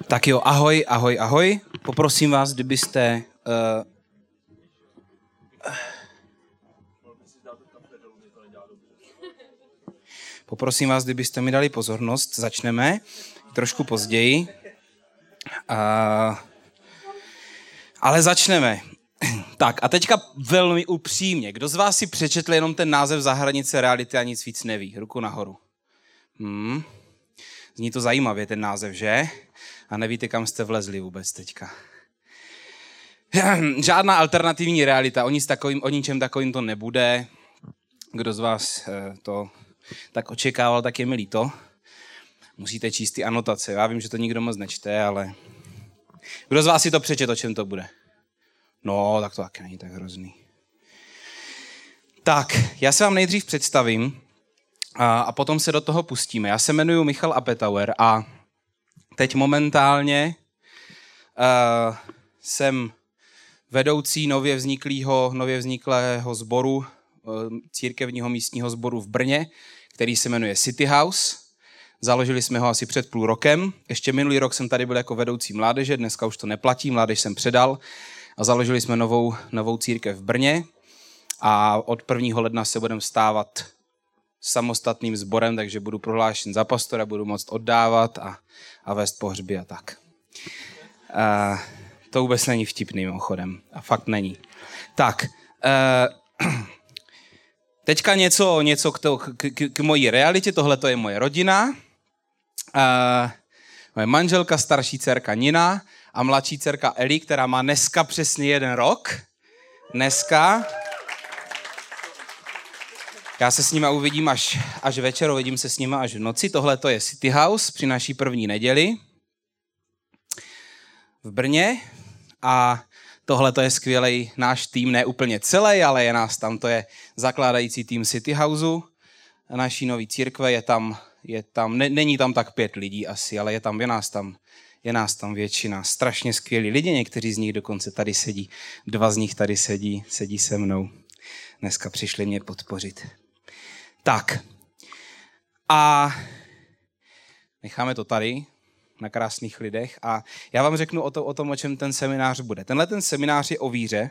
Tak jo, ahoj, ahoj, ahoj. Poprosím vás, kdybyste... Poprosím vás, kdybyste mi dali pozornost. Začneme trošku později. Ale začneme. Tak a teďka velmi upřímně. Kdo z vás si přečetl jenom ten název Za hranice reality a nic víc neví? Ruku nahoru. Zní to zajímavě, ten název, že? A nevíte, kam jste vlezli vůbec teďka. Žádná alternativní realita, o ničem takovým to nebude. Kdo z vás to tak očekával, tak je mi líto. Musíte číst ty anotace. Já vím, že to nikdo moc nečte, ale... Kdo z vás si to přečet, o čem to bude? No, tak to taky není tak hrozný. Tak, já se vám nejdřív představím a potom se do toho pustíme. Já se jmenuji Michal Apetauer a teď momentálně jsem vedoucí nově vzniklého sboru, církevního místního sboru v Brně, který se jmenuje City House. Založili jsme ho asi před půl rokem. Ještě minulý rok jsem tady byl jako vedoucí mládeže, dneska už to neplatí, mládež jsem předal a založili jsme novou církev v Brně a od 1. ledna se budeme stávat samostatným sborem, takže budu prohlášen za pastora, budu moct oddávat a vést pohřby a tak. To vůbec není vtipný mimochodem. A fakt není. Tak, teďka něco k mojí realitě. Tohle to je moje rodina. Moje manželka, starší dcerka Nina a mladší dcerka Eli, která má dneska přesně 1 rok. Dneska. Já se s nima uvidím až večer, uvidím se s nima až v noci. Tohle to je City House při naší první neděli v Brně a tohle to je skvělej náš tým, ne úplně celý, ale je nás tam, to je zakládající tým City Houseu, naší nový církve, není tam tak 5 lidí asi, ale je nás tam většina, strašně skvělí lidi, někteří z nich dokonce tady sedí, 2 z nich tady sedí se mnou, dneska přišli mě podpořit. Tak a necháme to tady, na krásných lidech a já vám řeknu o tom, o čem ten seminář bude. Tenhle ten seminář je o víře,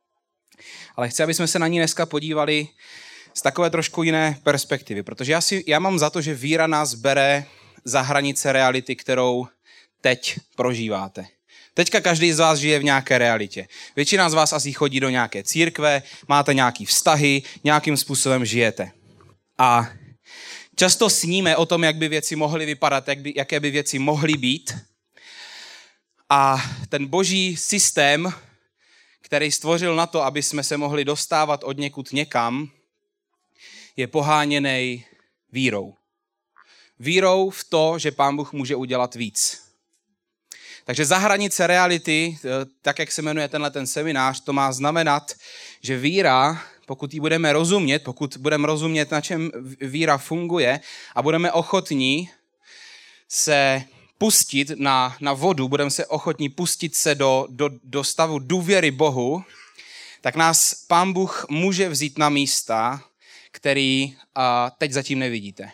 ale chci, aby jsme se na ní dneska podívali z takové trošku jiné perspektivy, protože já mám za to, že víra nás bere za hranice reality, kterou teď prožíváte. Teďka každý z vás žije v nějaké realitě. Většina z vás asi chodí do nějaké církve, máte nějaký vztahy, nějakým způsobem žijete. A často sníme o tom, jak by věci mohly vypadat, jaké by věci mohly být. A ten boží systém, který stvořil na to, aby jsme se mohli dostávat od někud někam, je poháněnej vírou. Vírou v to, že Pán Bůh může udělat víc. Takže za hranice reality, tak jak se jmenuje ten seminář, to má znamenat, že víra, pokud ji budeme rozumět, na čem víra funguje a budeme ochotní se pustit na vodu, budeme se ochotní pustit se do stavu důvěry Bohu, tak nás Pán Bůh může vzít na místa, který teď zatím nevidíte.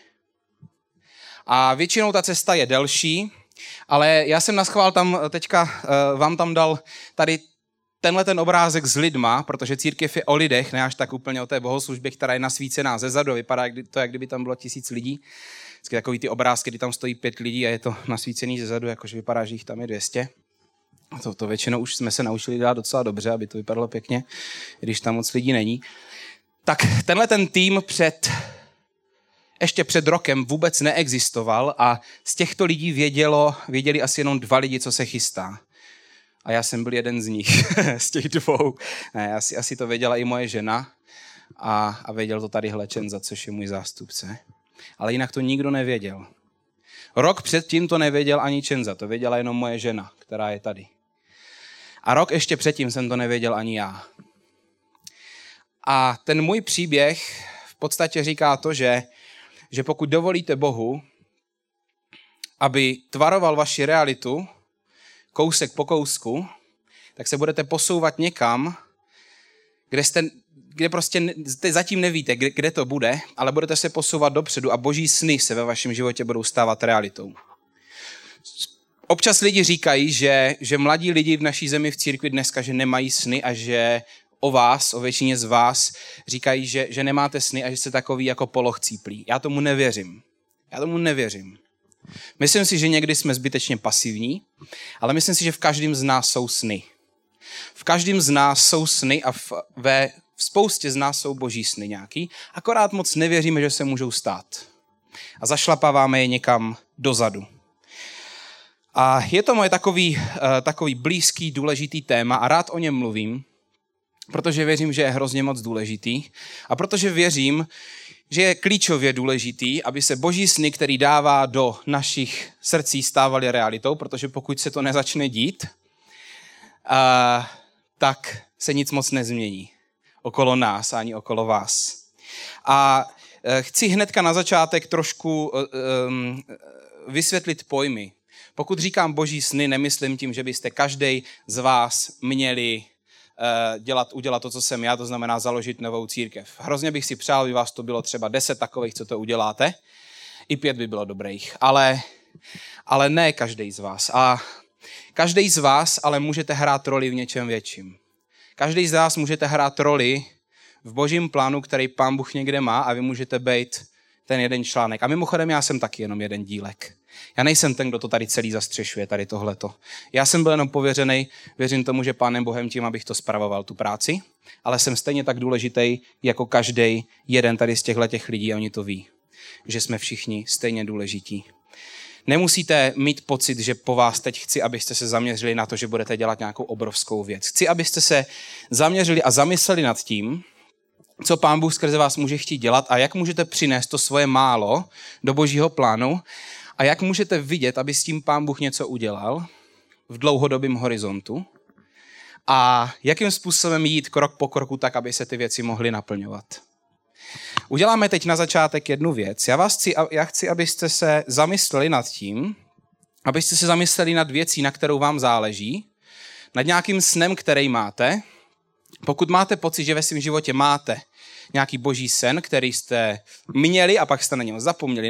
A většinou ta cesta je delší, ale já jsem naschvál tam teďka vám tam dal tady tenhle ten obrázek s lidma, protože církev je o lidech, ne až tak úplně o té bohoslužbě, která je nasvícená zezadu, vypadá to, jak kdyby tam bylo 1000 lidí. Vždycky takový ty obrázky, kdy tam stojí 5 lidí a je to nasvícený zezadu, jakože vypadá, že jich tam je 200. To většinou už jsme se naučili dělat docela dobře, aby to vypadalo pěkně, když tam moc lidí není. Tak tenhle ten tým ještě před rokem vůbec neexistoval a z těchto lidí věděli asi jenom 2 lidi, co se chystá. A já jsem byl jeden z nich, z těch 2. Ne, asi to věděla i moje žena a věděl to tady Hlečenza, což je můj zástupce. Ale jinak to nikdo nevěděl. Rok předtím to nevěděl ani Čenza, to věděla jenom moje žena, která je tady. A rok ještě předtím jsem to nevěděl ani já. A ten můj příběh v podstatě říká to, že pokud dovolíte Bohu, aby tvaroval vaši realitu, kousek po kousku, tak se budete posouvat někam, kde prostě zatím nevíte, kde to bude, ale budete se posouvat dopředu a boží sny se ve vašem životě budou stávat realitou. Občas lidi říkají, že mladí lidi v naší zemi v církvi dneska, že nemají sny a že o většině z vás říkají, že nemáte sny a že jste takový jako polohcíplí. Já tomu nevěřím. Myslím si, že někdy jsme zbytečně pasivní, ale myslím si, že v každém z nás jsou sny. V každém z nás jsou sny a ve spoustě z nás jsou boží sny nějaký, akorát moc nevěříme, že se můžou stát. A zašlapáváme je někam dozadu. A je to moje takový blízký, důležitý téma a rád o něm mluvím, protože věřím, že je hrozně moc důležitý a protože věřím, že je klíčově důležitý, aby se boží sny, který dává do našich srdcí, stávaly realitou, protože pokud se to nezačne dít, tak se nic moc nezmění okolo nás ani okolo vás. A chci hnedka na začátek trošku vysvětlit pojmy. Pokud říkám boží sny, nemyslím tím, že byste každý z vás měli udělat to, co jsem já, to znamená založit novou církev. Hrozně bych si přál, aby vás to bylo třeba 10 takových, co to uděláte. I 5 by bylo dobrých, ale ne každý z vás. A každý z vás ale můžete hrát roli v něčem větším. Každý z vás můžete hrát roli v božím plánu, který Pán Bůh někde má a vy můžete být ten jeden článek. A mimochodem já jsem taky jenom jeden dílek. Já nejsem ten, kdo to tady celý zastřešuje, tady tohleto. Já jsem byl jenom pověřený, věřím tomu, že Pánem Bohem tím, abych to spravoval, tu práci, ale jsem stejně tak důležitý jako každý jeden tady z těch lidí a oni to ví, že jsme všichni stejně důležití. Nemusíte mít pocit, že po vás teď chci, abyste se zaměřili na to, že budete dělat nějakou obrovskou věc. Chci, abyste se zaměřili a zamysleli nad tím, co Pán Bůh skrze vás může chtít dělat a jak můžete přinést to svoje málo do božího plánu a jak můžete vidět, aby s tím Pán Bůh něco udělal v dlouhodobém horizontu a jakým způsobem jít krok po kroku tak, aby se ty věci mohly naplňovat. Uděláme teď na začátek jednu věc. Já chci, abyste se zamysleli nad tím, abyste se zamysleli nad věcí, na kterou vám záleží, nad nějakým snem, který máte. Pokud máte pocit, že ve svém životě máte nějaký boží sen, který jste měli a pak jste na něho zapomněli,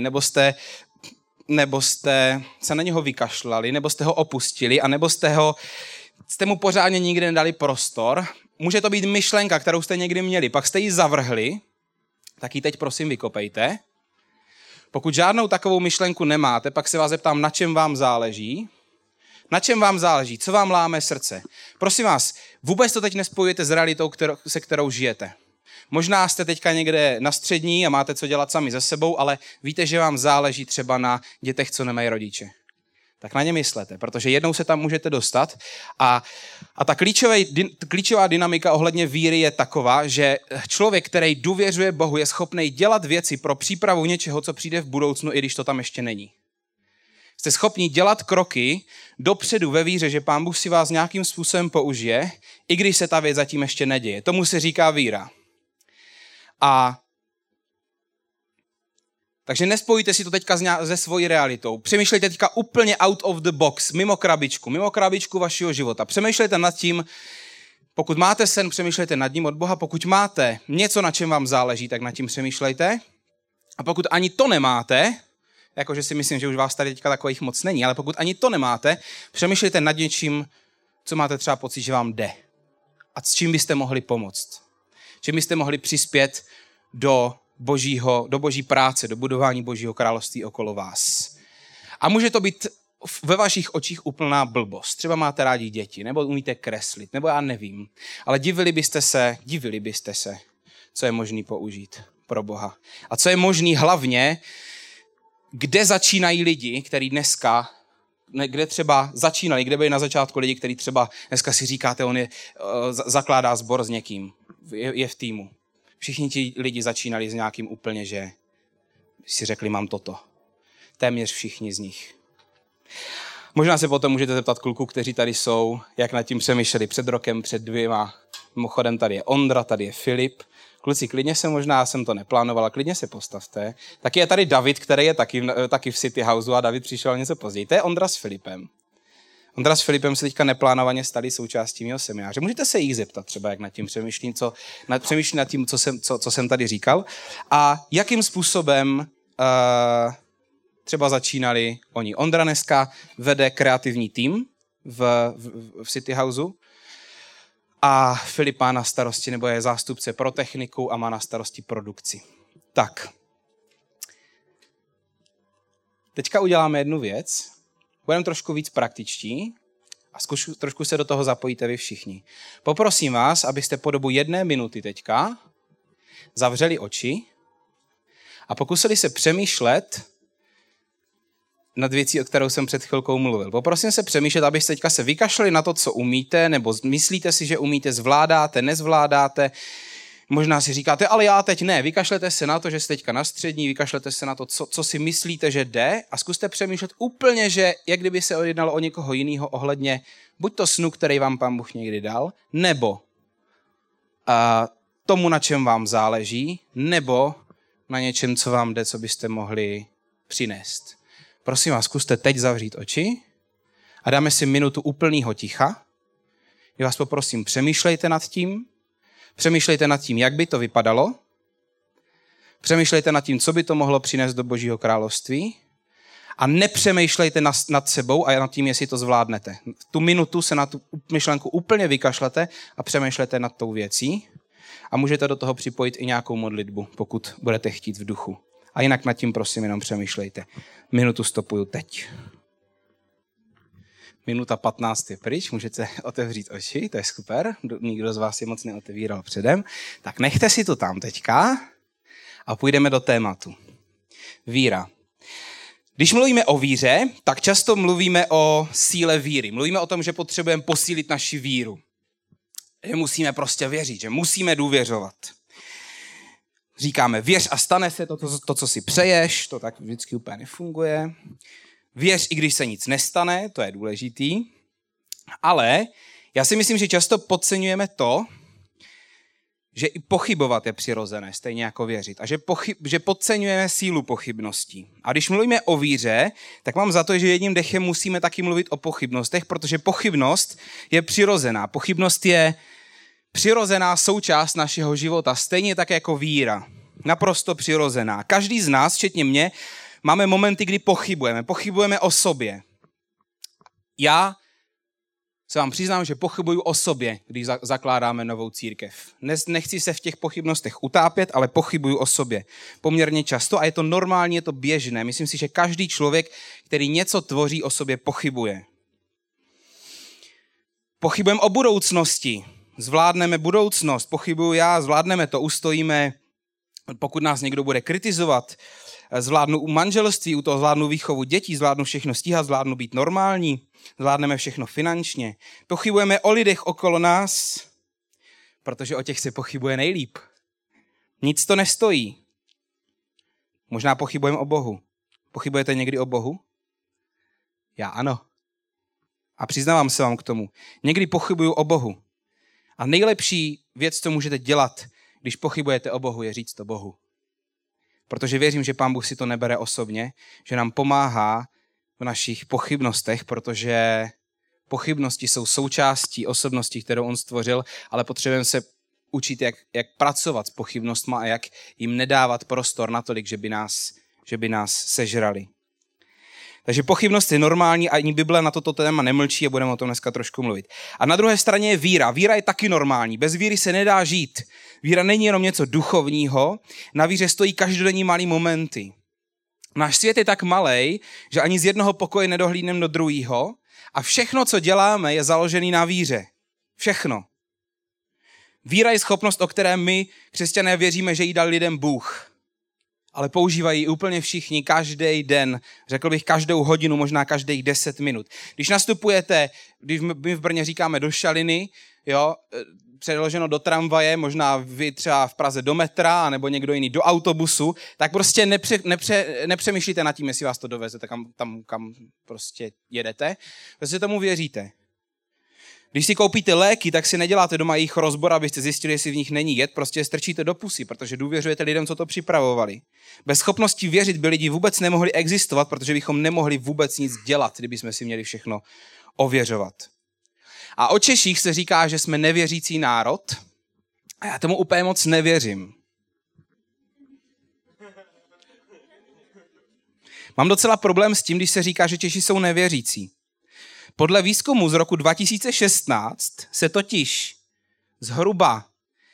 nebo jste se na něho vykašlali, nebo jste ho opustili, a nebo jste mu pořádně nikdy nedali prostor. Může to být myšlenka, kterou jste někdy měli, pak jste ji zavrhli, tak ji teď prosím vykopejte. Pokud žádnou takovou myšlenku nemáte, pak se vás zeptám, na čem vám záleží. Na čem vám záleží? Co vám láme srdce? Prosím vás, vůbec to teď nespojujete s realitou, se kterou žijete. Možná jste teďka někde na střední a máte co dělat sami se sebou, ale víte, že vám záleží třeba na dětech, co nemají rodiče. Tak na ně myslete, protože jednou se tam můžete dostat a ta klíčová dynamika ohledně víry je taková, že člověk, který důvěřuje Bohu, je schopný dělat věci pro přípravu něčeho, co přijde v budoucnu, i když to tam ještě není. Jste schopni dělat kroky dopředu ve víře, že Pán Bůh si vás nějakým způsobem použije, i když se ta věc zatím ještě neděje. Tomu se říká víra. Takže nespojujte si to teďka se svojí realitou. Přemýšlejte teďka úplně out of the box, mimo krabičku vašeho života. Přemýšlejte nad tím, pokud máte sen, přemýšlejte nad ním od Boha. Pokud máte něco, na čem vám záleží, tak nad tím přemýšlejte. A pokud ani to nemáte, jakože si myslím, že už vás tady teďka takových moc není, ale pokud ani to nemáte, přemýšlejte nad něčím, co máte třeba pocit, že vám jde. A s čím byste mohli pomoct. Čím byste mohli přispět do boží práce, do budování božího království okolo vás. A může to být ve vašich očích úplná blbost. Třeba máte rádi děti, nebo umíte kreslit, nebo já nevím. Ale divili byste se, co je možný použít pro Boha. A co je možný hlavně, kde začínají lidi, kteří dneska, kde třeba začínali, kde byli na začátku lidi, kteří třeba dneska si říkáte, on zakládá sbor s někým, je v týmu. Všichni ti lidi začínali s nějakým úplně, že si řekli, mám toto. Téměř všichni z nich. Možná se potom můžete zeptat kluků, kteří tady jsou, jak nad tím přemýšleli před rokem, před 2. Mimochodem tady je Ondra, tady je Filip. Kluci, klidně se možná, jsem to neplánoval, klidně se postavte. Taky je tady David, který je taky v City Houseu a David přišel něco později. To je Ondra s Filipem. Ondra s Filipem se teďka neplánovaně stali součástí mého semináře. Můžete se jich zeptat třeba, jak nad tím přemýšlím, nad tím, co jsem tady říkal. A jakým způsobem třeba začínali oni. Ondra dneska vede kreativní tým v City Houseu a Filip má na starosti, nebo je zástupce pro techniku a má na starosti produkci. Tak. Teďka uděláme jednu věc. Budeme trošku víc praktičtí a trošku se do toho zapojíte vy všichni. Poprosím vás, abyste po dobu 1 minuty teďka zavřeli oči a pokusili se přemýšlet nad věcí, o kterou jsem před chvilkou mluvil. Poprosím se přemýšlet, abyste teďka se vykašlali na to, co umíte, nebo myslíte si, že umíte, zvládáte, nezvládáte. Možná si říkáte, ale já teď ne. Vykašlete se na to, že jste teďka na střední, vykašlete se na to, co si myslíte, že jde a zkuste přemýšlet úplně, že jak kdyby se jednalo o někoho jiného ohledně buď to snu, který vám Pán Bůh někdy dal, nebo tomu, na čem vám záleží, nebo na něčem, co vám jde, co byste mohli přinést. Prosím vás, zkuste teď zavřít oči a dáme si minutu úplného ticha. Já vás poprosím, přemýšlejte nad tím, jak by to vypadalo, přemýšlejte nad tím, co by to mohlo přinést do Božího království a nepřemýšlejte nad sebou a nad tím, jestli to zvládnete. Tu minutu se na tu myšlenku úplně vykašlete a přemýšlejte nad tou věcí a můžete do toho připojit i nějakou modlitbu, pokud budete chtít v duchu. A jinak nad tím prosím jenom přemýšlejte. Minutu stopuju teď. Minuta 15 je pryč, můžete otevřít oči, to je super. Nikdo z vás je moc neotevíral předem. Tak nechte si to tam teďka a půjdeme do tématu. Víra. Když mluvíme o víře, tak často mluvíme o síle víry. Mluvíme o tom, že potřebujeme posílit naši víru. Že musíme prostě věřit, že musíme důvěřovat. Říkáme, věř a stane se to, co si přeješ, to tak vždycky úplně nefunguje. Věř, i když se nic nestane, to je důležitý. Ale já si myslím, že často podceňujeme to, že i pochybovat je přirozené, stejně jako věřit. A že podceňujeme sílu pochybností. A když mluvíme o víře, tak mám za to, že jedním dechem musíme taky mluvit o pochybnostech, protože pochybnost je přirozená. Pochybnost je přirozená součást našeho života, stejně tak jako víra. Naprosto přirozená. Každý z nás, včetně mě, máme momenty, kdy pochybujeme o sobě. Já se vám přiznám, že pochybuju o sobě, když zakládáme novou církev. Nechci se v těch pochybnostech utápět, ale pochybuju o sobě poměrně často a je to normální, je to běžné. Myslím si, že každý člověk, který něco tvoří, o sobě pochybuje. Pochybujeme o budoucnosti. Zvládneme budoucnost, pochybuju já, zvládneme to, ustojíme, pokud nás někdo bude kritizovat, zvládnu u manželství, u toho zvládnu výchovu dětí, zvládnu všechno stíhat, zvládnu být normální, zvládneme všechno finančně. Pochybujeme o lidech okolo nás, protože o těch se pochybuje nejlíp. Nic to nestojí. Možná pochybujeme o Bohu. Pochybujete někdy o Bohu? Já ano. A přiznávám se vám k tomu. Někdy pochybuju o Bohu. A nejlepší věc, co můžete dělat, když pochybujete o Bohu, je říct to Bohu. Protože věřím, že Pán Bůh si to nebere osobně, že nám pomáhá v našich pochybnostech, protože pochybnosti jsou součástí osobnosti, kterou on stvořil, ale potřebujeme se učit, jak pracovat s pochybnostma a jak jim nedávat prostor natolik, že by nás sežrali. Takže pochybnost je normální a ani Bible na toto téma nemlčí a budeme o tom dneska trošku mluvit. A na druhé straně je víra. Víra je taky normální. Bez víry se nedá žít. Víra není jenom něco duchovního, na víře stojí každodenní malý momenty. Náš svět je tak malej, že ani z jednoho pokoje nedohlídneme do druhého a všechno, co děláme, je založené na víře. Všechno. Víra je schopnost, o které my, křesťané, věříme, že jí dal lidem Bůh. Ale používají úplně všichni každý den, řekl bych každou hodinu, možná každých 10 minut. Když nastupujete, když my v Brně říkáme do šaliny, jo, přeloženo do tramvaje, možná vy třeba v Praze do metra, nebo někdo jiný do autobusu, tak prostě nepřemýšlíte nad tím, jestli vás to dovezete kam prostě jedete. Prostě tomu věříte. Když si koupíte léky, tak si neděláte doma jejich rozbor, abyste zjistili, jestli v nich není jed, prostě je strčíte do pusy, protože důvěřujete lidem, co to připravovali. Bez schopnosti věřit by lidi vůbec nemohli existovat, protože bychom nemohli vůbec nic dělat, kdyby jsme si měli všechno ověřovat. A o Češích se říká, že jsme nevěřící národ a já tomu úplně moc nevěřím. Mám docela problém s tím, když se říká, že Češi jsou nevěřící. Podle výzkumu z roku 2016 se totiž zhruba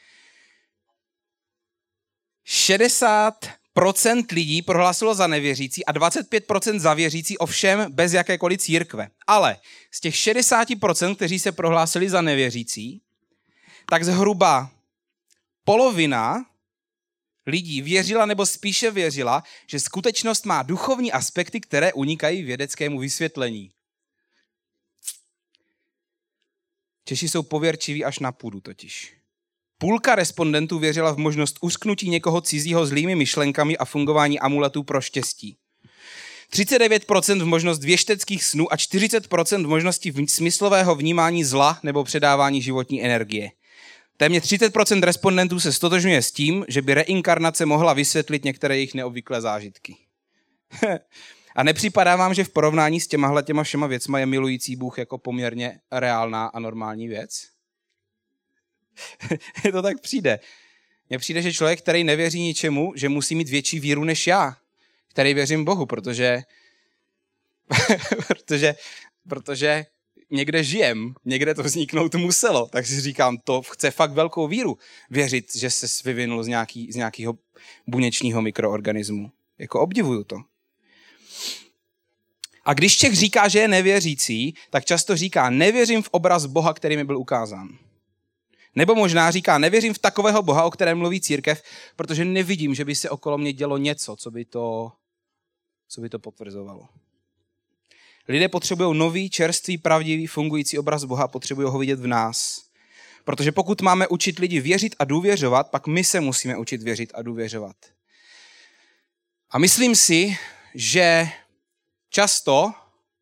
60% lidí prohlásilo za nevěřící a 25% za věřící, ovšem bez jakékoliv církve. Ale z těch 60%, kteří se prohlásili za nevěřící, tak zhruba polovina lidí věřila nebo spíše věřila, že skutečnost má duchovní aspekty, které unikají vědeckému vysvětlení. Češi jsou pověrčiví až na půdu totiž. Půlka respondentů věřila v možnost usknutí někoho cizího zlými myšlenkami a fungování amuletů pro štěstí. 39% v možnost věšteckých snů a 40% v možnosti smyslového vnímání zla nebo předávání životní energie. Téměř 30% respondentů se stotožňuje s tím, že by reinkarnace mohla vysvětlit některé jejich neobvyklé zážitky. A nepřipadá vám, že v porovnání s těma všema věcma je milující Bůh jako poměrně reálná a normální věc? To tak přijde. Mně přijde, že člověk, který nevěří ničemu, že musí mít větší víru než já, který věřím Bohu, protože někde žijem, někde to vzniknout muselo, tak si říkám, to chce fakt velkou víru věřit, že se vyvinul z nějakého buněčního mikroorganismu. Jako obdivuju to. A když Čech říká, že je nevěřící, tak často říká, nevěřím v obraz Boha, který mi byl ukázán. Nebo možná říká, nevěřím v takového Boha, o kterém mluví církev, protože nevidím, že by se okolo mě dělo něco, co by to potvrzovalo. Lidé potřebují nový, čerstvý, pravdivý, fungující obraz Boha, potřebují ho vidět v nás. Protože pokud máme učit lidi věřit a důvěřovat, pak my se musíme učit věřit a důvěřovat. A myslím si, že často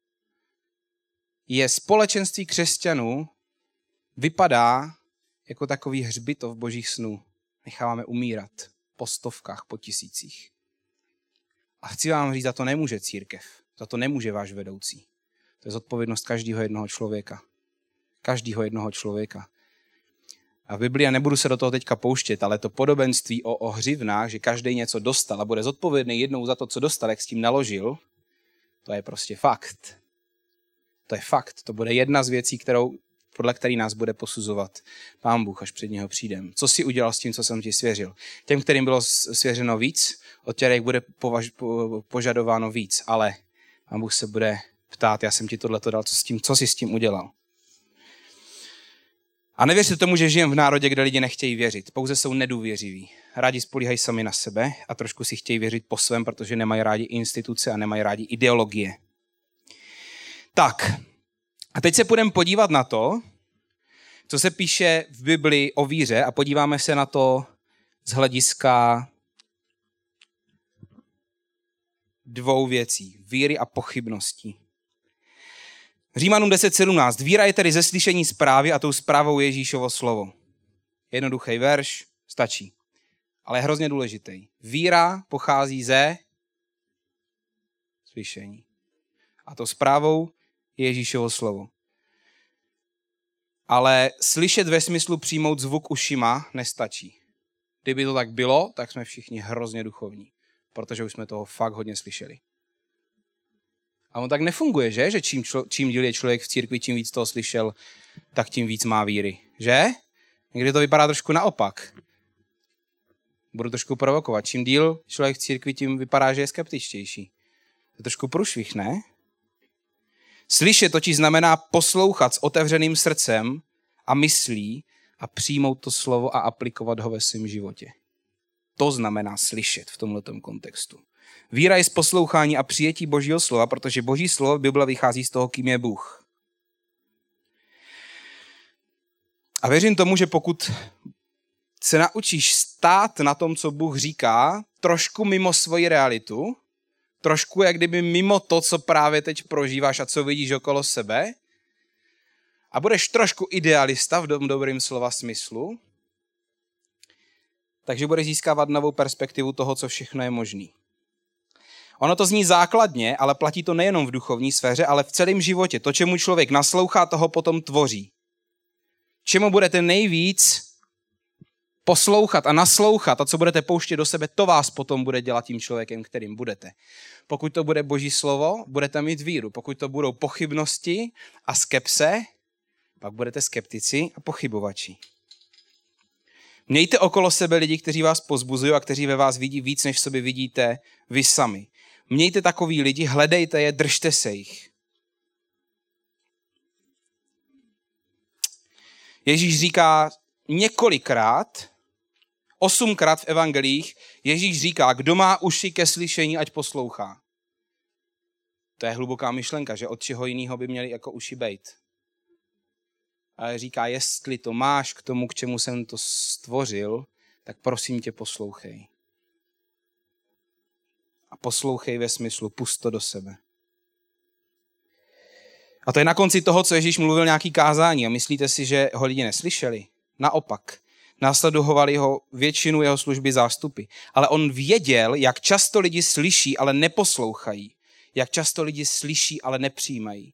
je společenství křesťanů vypadá jako takový hřbitov božích snů. Necháváme umírat po stovkách, po tisících. A chci vám říct, za to nemůže církev. Za to nemůže váš vedoucí. To je zodpovědnost každého jednoho člověka. Každého jednoho člověka. A v Biblii, nebudu se do toho teďka pouštět, ale to podobenství o hřivnách, že každý něco dostal a bude zodpovědný jednou za to, co dostal, jak s tím naložil, to je prostě fakt. To je fakt. To bude jedna z věcí, podle který nás bude posuzovat Pán Bůh, až před něho přijdem. Co jsi udělal s tím, co jsem ti svěřil? Těm, kterým bylo svěřeno víc, od těch bude požadováno víc, ale Pán Bůh se bude ptát, já jsem ti tohleto dal, co jsi s tím udělal? A nevěřte tomu, že žijeme v národě, kde lidi nechtějí věřit. Pouze jsou nedůvěřiví. Rádi spolíhají sami na sebe a trošku si chtějí věřit po svém, protože nemají rádi instituce a nemají rádi ideologie. Tak, a teď se půjdeme podívat na to, co se píše v Biblii o víře a podíváme se na to z hlediska dvou věcí. Víry a pochybností. Římanům 10.17. Víra je tedy ze slyšení zprávy a tou zprávou je Ježíšovo slovo. Jednoduchý verš, stačí. Ale je hrozně důležitý. Víra pochází ze slyšení. A tou zprávou je Ježíšovo slovo. Ale slyšet ve smyslu přijmout zvuk ušima nestačí. Kdyby to tak bylo, tak jsme všichni hrozně duchovní. Protože už jsme toho fakt hodně slyšeli. A on tak nefunguje, že čím díl je člověk v církvi, čím víc toho slyšel, tak tím víc má víry. Že? Někdy to vypadá trošku naopak. Budu trošku provokovat. Čím díl člověk v církvi, tím vypadá, že je skeptičtější. To je trošku průšvih, ne? Slyšet totiž znamená poslouchat s otevřeným srdcem a myslí a přijmout to slovo a aplikovat ho ve svém životě. To znamená slyšet v tomhletom kontextu. Víra je z poslouchání a přijetí Božího slova, protože Boží slovo Bible vychází z toho, kým je Bůh. A věřím tomu, že pokud se naučíš stát na tom, co Bůh říká, trošku mimo svoji realitu, trošku jak kdyby mimo to, co právě teď prožíváš a co vidíš okolo sebe, a budeš trošku idealista v tom dobrým slova smyslu, takže budeš získávat novou perspektivu toho, co všechno je možný. Ono to zní základně, ale platí to nejenom v duchovní sféře, ale v celém životě. To, čemu člověk naslouchá, toho potom tvoří. Čemu budete nejvíc Poslouchat a naslouchat a co budete pouštět do sebe, to vás potom bude dělat tím člověkem, kterým budete. Pokud to bude Boží slovo, budete mít víru. Pokud to budou pochybnosti a skepse, pak budete skeptici a pochybovači. Mějte okolo sebe lidi, kteří vás pozbuzují a kteří ve vás vidí víc, než v sobě vidíte vy sami. Mějte takový lidi, hledejte je, držte se jich. Ježíš říká několikrát, 8krát v evangelích, Ježíš říká, kdo má uši ke slyšení, ať poslouchá. To je hluboká myšlenka, že od čeho jiného by měli jako uši bejt. Ale říká, jestli to máš k tomu, k čemu jsem to stvořil, tak prosím tě poslouchej. A poslouchej ve smyslu, pust to do sebe. A to je na konci toho, co Ježíš mluvil nějaký kázání. A myslíte si, že ho lidi neslyšeli? Naopak. Následovali ho většinu jeho služby zástupy. Ale on věděl, jak často lidi slyší, ale neposlouchají. Jak často lidi slyší, ale nepřijímají.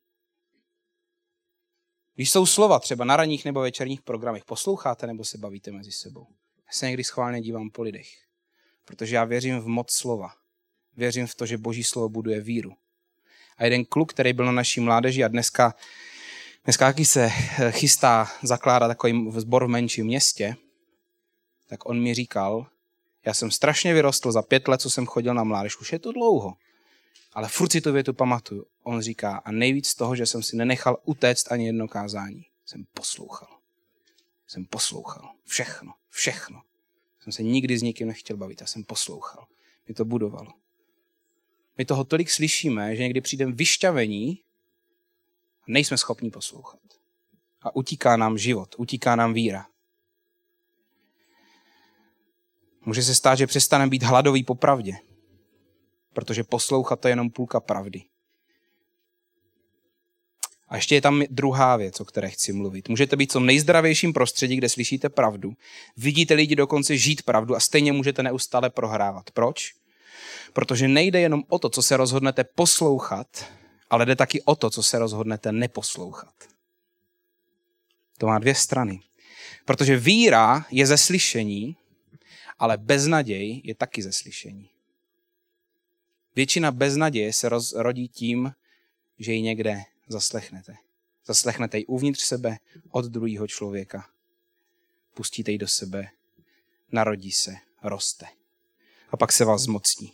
Když jsou slova třeba na ranních nebo večerních programech, posloucháte nebo se bavíte mezi sebou? Já se někdy schválně dívám po lidech, protože já věřím v moc slova. Věřím v to, že Boží slovo buduje víru. A jeden kluk, který byl na naší mládeži a dneska taky se chystá zakládat takový sbor v menším městě, tak on mi říkal, já jsem strašně vyrostl za 5 let, co jsem chodil na mládež, už je to dlouho, ale furt si tu větu pamatuju. On říká, a nejvíc z toho, že jsem si nenechal utéct ani jedno kázání. Jsem poslouchal. Všechno. Jsem se nikdy s nikým nechtěl bavit, já jsem poslouchal. Mě to budovalo. My toho tolik slyšíme, že někdy přijdeme vyšťavení a nejsme schopni poslouchat. A utíká nám život, utíká nám víra. Může se stát, že přestaneme být hladový po pravdě, protože poslouchat to je jenom půlka pravdy. A ještě je tam druhá věc, o které chci mluvit. Můžete být v tom nejzdravějším prostředí, kde slyšíte pravdu. Vidíte lidi dokonce žít pravdu a stejně můžete neustále prohrávat. Proč? Protože nejde jenom o to, co se rozhodnete poslouchat, ale jde taky o to, co se rozhodnete neposlouchat. To má 2 strany. Protože víra je ze slyšení, ale beznaděj je taky ze slyšení. Většina beznaděje se rodí tím, že ji někde zaslechnete. Zaslechnete ji uvnitř sebe od druhého člověka. Pustíte ji do sebe, narodí se, roste. A pak se vás zmocní.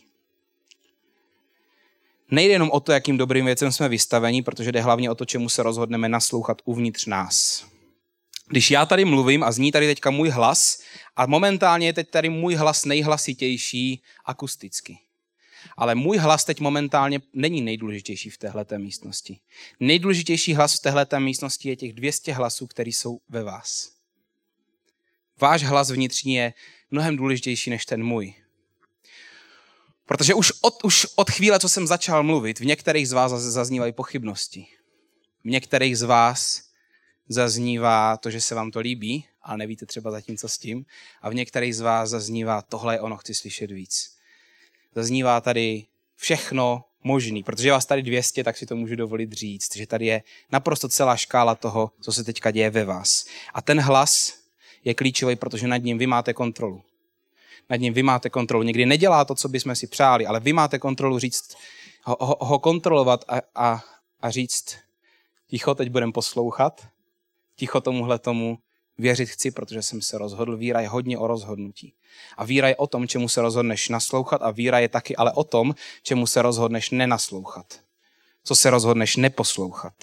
Nejde jenom o to, jakým dobrým věcem jsme vystaveni, protože jde hlavně o to, čemu se rozhodneme naslouchat uvnitř nás. Když já tady mluvím a zní tady teďka můj hlas a momentálně je teď tady můj hlas nejhlasitější akusticky. Ale můj hlas teď momentálně není nejdůležitější v téhleté místnosti. Nejdůležitější hlas v téhleté místnosti je těch 200 hlasů, které jsou ve vás. Váš hlas vnitřní je mnohem důležitější než ten můj. Protože už od chvíle, co jsem začal mluvit, v některých z vás zaznívají pochybnosti. V některých z vás zaznívá to, že se vám to líbí, ale nevíte třeba zatím, co s tím. A v některých z vás zaznívá, tohle je ono, chci slyšet víc. Zaznívá tady všechno možný. Protože je vás tady 200, tak si to můžu dovolit říct, že tady je naprosto celá škála toho, co se teďka děje ve vás. A ten hlas je klíčový, protože nad ním vy máte kontrolu. Nad ním vy máte kontrolu. Někdy nedělá to, co bychom si přáli, ale vy máte kontrolu říct, ho kontrolovat a říct, ticho, teď budem poslouchat, ticho tomuhle tomu věřit chci, protože jsem se rozhodl. Víra je hodně o rozhodnutí. A víra je o tom, čemu se rozhodneš naslouchat a víra je taky ale o tom, čemu se rozhodneš nenaslouchat. Co se rozhodneš neposlouchat.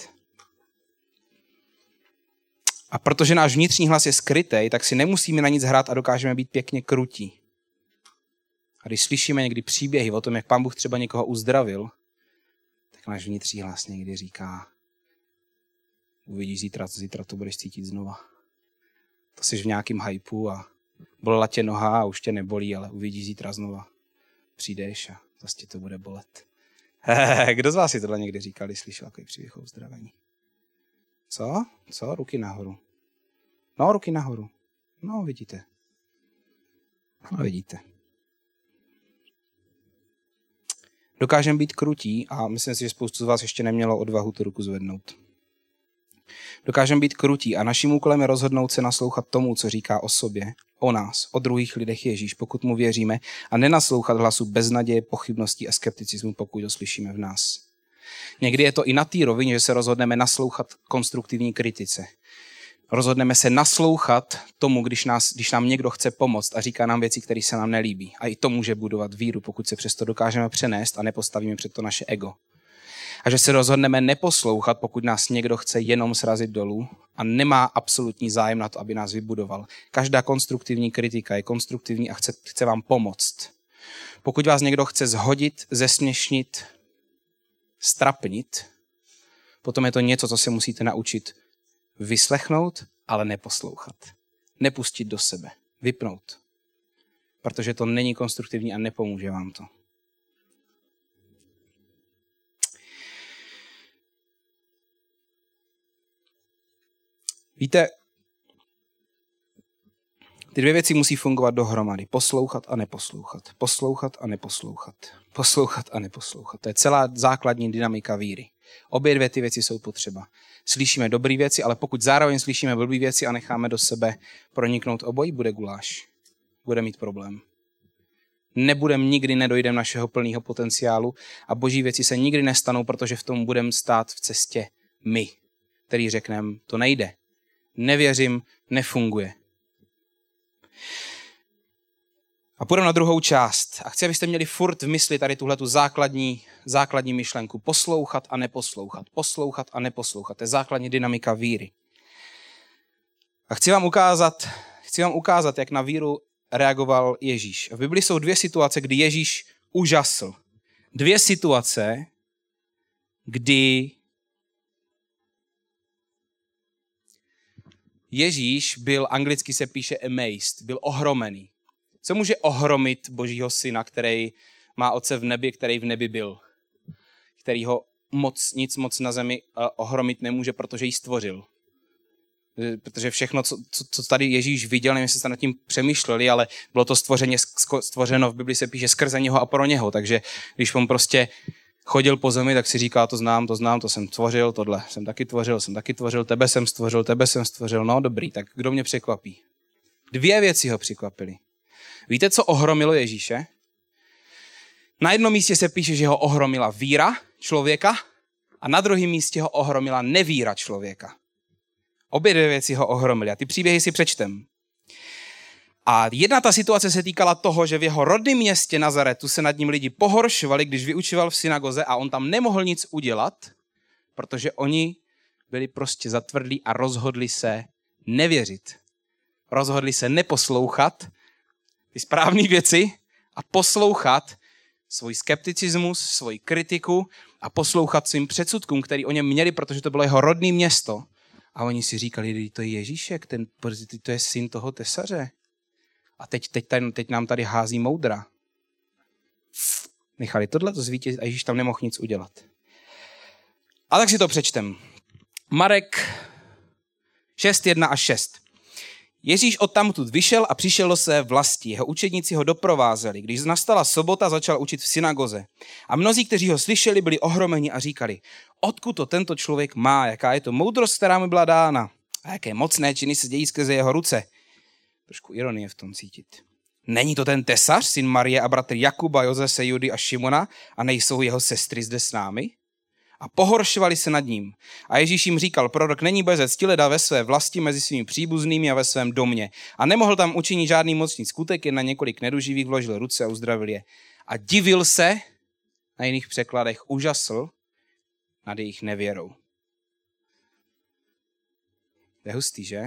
A protože náš vnitřní hlas je skrytej, tak si nemusíme na nic hrát a dokážeme být pěkně krutí. A když slyšíme někdy příběhy o tom, jak Pán Bůh třeba někoho uzdravil, tak náš vnitřní hlas někdy říká, uvidíš zítra to budeš cítit znova. To jsi v nějakým hypeu a bolela tě noha a už tě nebolí, ale uvidíš zítra znova. Přijdeš a zase tě to bude bolet. Kdo z vás si tohle někdy říkal, když slyšel takový příběh o uzdravení? Co? Ruky nahoru. No, ruky nahoru. No, vidíte. Dokážeme být krutí a myslím si, že spoustu z vás ještě nemělo odvahu tu ruku zvednout. Dokážeme být krutí a naším úkolem je rozhodnout se naslouchat tomu, co říká o sobě, o nás, o druhých lidech Ježíš, pokud mu věříme, a nenaslouchat hlasu beznaděje, pochybností a skepticismu, pokud to slyšíme v nás. Někdy je to i na té rovině, že se rozhodneme naslouchat konstruktivní kritice. Rozhodneme se naslouchat tomu, když nám někdo chce pomoct a říká nám věci, které se nám nelíbí. A i to může budovat víru, pokud se přesto dokážeme přenést a nepostavíme před to naše ego. A že se rozhodneme neposlouchat, pokud nás někdo chce jenom srazit dolů a nemá absolutní zájem na to, aby nás vybudoval. Každá konstruktivní kritika je konstruktivní a chce vám pomoct. Pokud vás někdo chce zhodit, zesměšnit, strapnit, potom je to něco, co se musíte naučit vyslechnout, ale neposlouchat. Nepustit do sebe. Vypnout. Protože to není konstruktivní a nepomůže vám to. Víte, ty dvě věci musí fungovat dohromady. Poslouchat a neposlouchat. Poslouchat a neposlouchat. Poslouchat a neposlouchat. To je celá základní dynamika víry. Obě dvě ty věci jsou potřeba. Slyšíme dobré věci, ale pokud zároveň slyšíme blbý věci a necháme do sebe proniknout obojí, bude guláš. Bude mít problém. Nikdy nedojdeme našeho plného potenciálu a boží věci se nikdy nestanou, protože v tom budeme stát v cestě my, který řekneme, to nejde. Nevěřím, nefunguje. A půjdeme na druhou část. A chci, abyste měli furt v mysli tady tuhletu základní myšlenku. Poslouchat a neposlouchat. Poslouchat a neposlouchat. To je základní dynamika víry. A chci vám ukázat, jak na víru reagoval Ježíš. V Biblii jsou dvě situace, kdy Ježíš užasl. Dvě situace, kdy Ježíš byl, anglicky se píše amazed, byl ohromený. Co může ohromit Božího syna, který má otce v nebi, který v nebi byl? Který ho nic moc na zemi ohromit nemůže, protože ji stvořil. Protože všechno, co tady Ježíš viděl, nevím, jestli jste nad tím přemýšleli, ale bylo to stvořeno, v Bibli se píše skrze něho a pro něho. Takže když on prostě chodil po zemi, tak si říká, to znám, to jsem stvořil, tohle jsem taky tvořil, tebe jsem stvořil, no dobrý, tak kdo mě překvapí? Dvě věci ho překvapily. Víte, co ohromilo Ježíše? Na jednom místě se píše, že ho ohromila víra člověka a na druhém místě ho ohromila nevíra člověka. Obě dvě věci ho ohromily a ty příběhy si přečtem. A jedna ta situace se týkala toho, že v jeho rodném městě Nazaretu se nad ním lidi pohoršovali, když vyučoval v synagoze a on tam nemohl nic udělat, protože oni byli prostě zatvrdlí a rozhodli se nevěřit. Rozhodli se neposlouchat ty správné věci a poslouchat svůj skepticismus, svoji kritiku a poslouchat svým předsudkům, který o něm měli, protože to bylo jeho rodné město. A oni si říkali, to je Ježíšek, to je syn toho tesaře. A teď nám tady hází moudra. Nechali tohleto zvítězit a Ježíš tam nemohl nic udělat. A tak si to přečtem. Marek 6:1-6. Ježíš odtamtud vyšel a přišel do své vlasti. Jeho učedníci ho doprovázeli. Když nastala sobota, začal učit v synagoze. A mnozí, kteří ho slyšeli, byli ohromeni a říkali, odkud to tento člověk má, jaká je to moudrost, která mu byla dána a jaké mocné činy se dějí skrze jeho ruce. Trošku ironie v tom cítit. Není to ten tesař, syn Marie a bratr Jakuba, Jozese, Judy a Šimona a nejsou jeho sestry zde s námi? A pohoršovali se nad ním. A Ježíš jim říkal, prorok není bez ctileda ve své vlasti mezi svými příbuznými a ve svém domě. A nemohl tam učinit žádný mocný skutek, jen na několik neduživých vložil ruce a uzdravil je. A divil se, na jiných překladech užasl, nad jejich nevěrou. To je hustý, že?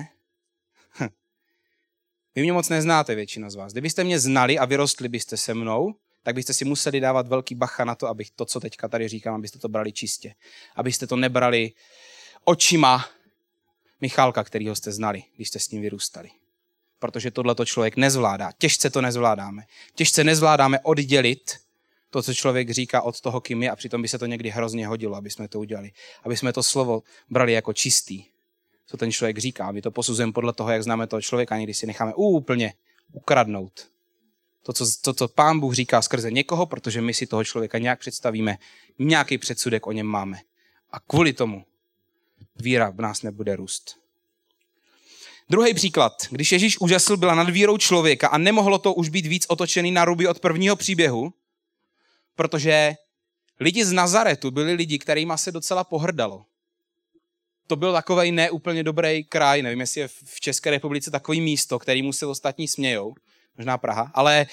Vy mě moc neznáte, většina z vás. Kdybyste mě znali a vyrostli byste se mnou, tak byste si museli dávat velký bacha na to, abych to, co teďka tady říkám, abyste to brali čistě. Abyste to nebrali očima Michálka, kterýho jste znali, když jste s ním vyrůstali. Protože tohleto člověk nezvládá. Těžce to nezvládáme. Těžce nezvládáme oddělit to, co člověk říká, od toho, kým je, a přitom by se to někdy hrozně hodilo, aby jsme to udělali. Aby jsme to slovo brali jako čistý, co ten člověk říká. My to posuzujeme podle toho, jak známe toho člověka, někdy si necháme úplně ukradnout. To, co Pán Bůh říká skrze někoho, protože my si toho člověka nějak představíme, nějaký předsudek o něm máme. A kvůli tomu víra v nás nebude růst. Druhý příklad. Když Ježíš úžasl, byla nad vírou člověka a nemohlo to už být víc otočený na ruby od prvního příběhu, protože lidi z Nazaretu byli lidi, kterýma se docela pohrdalo. To byl takovej neúplně dobrý kraj, nevím, jestli je v České republice takový místo, kterýmu se ostatní smějou, možná Praha, ale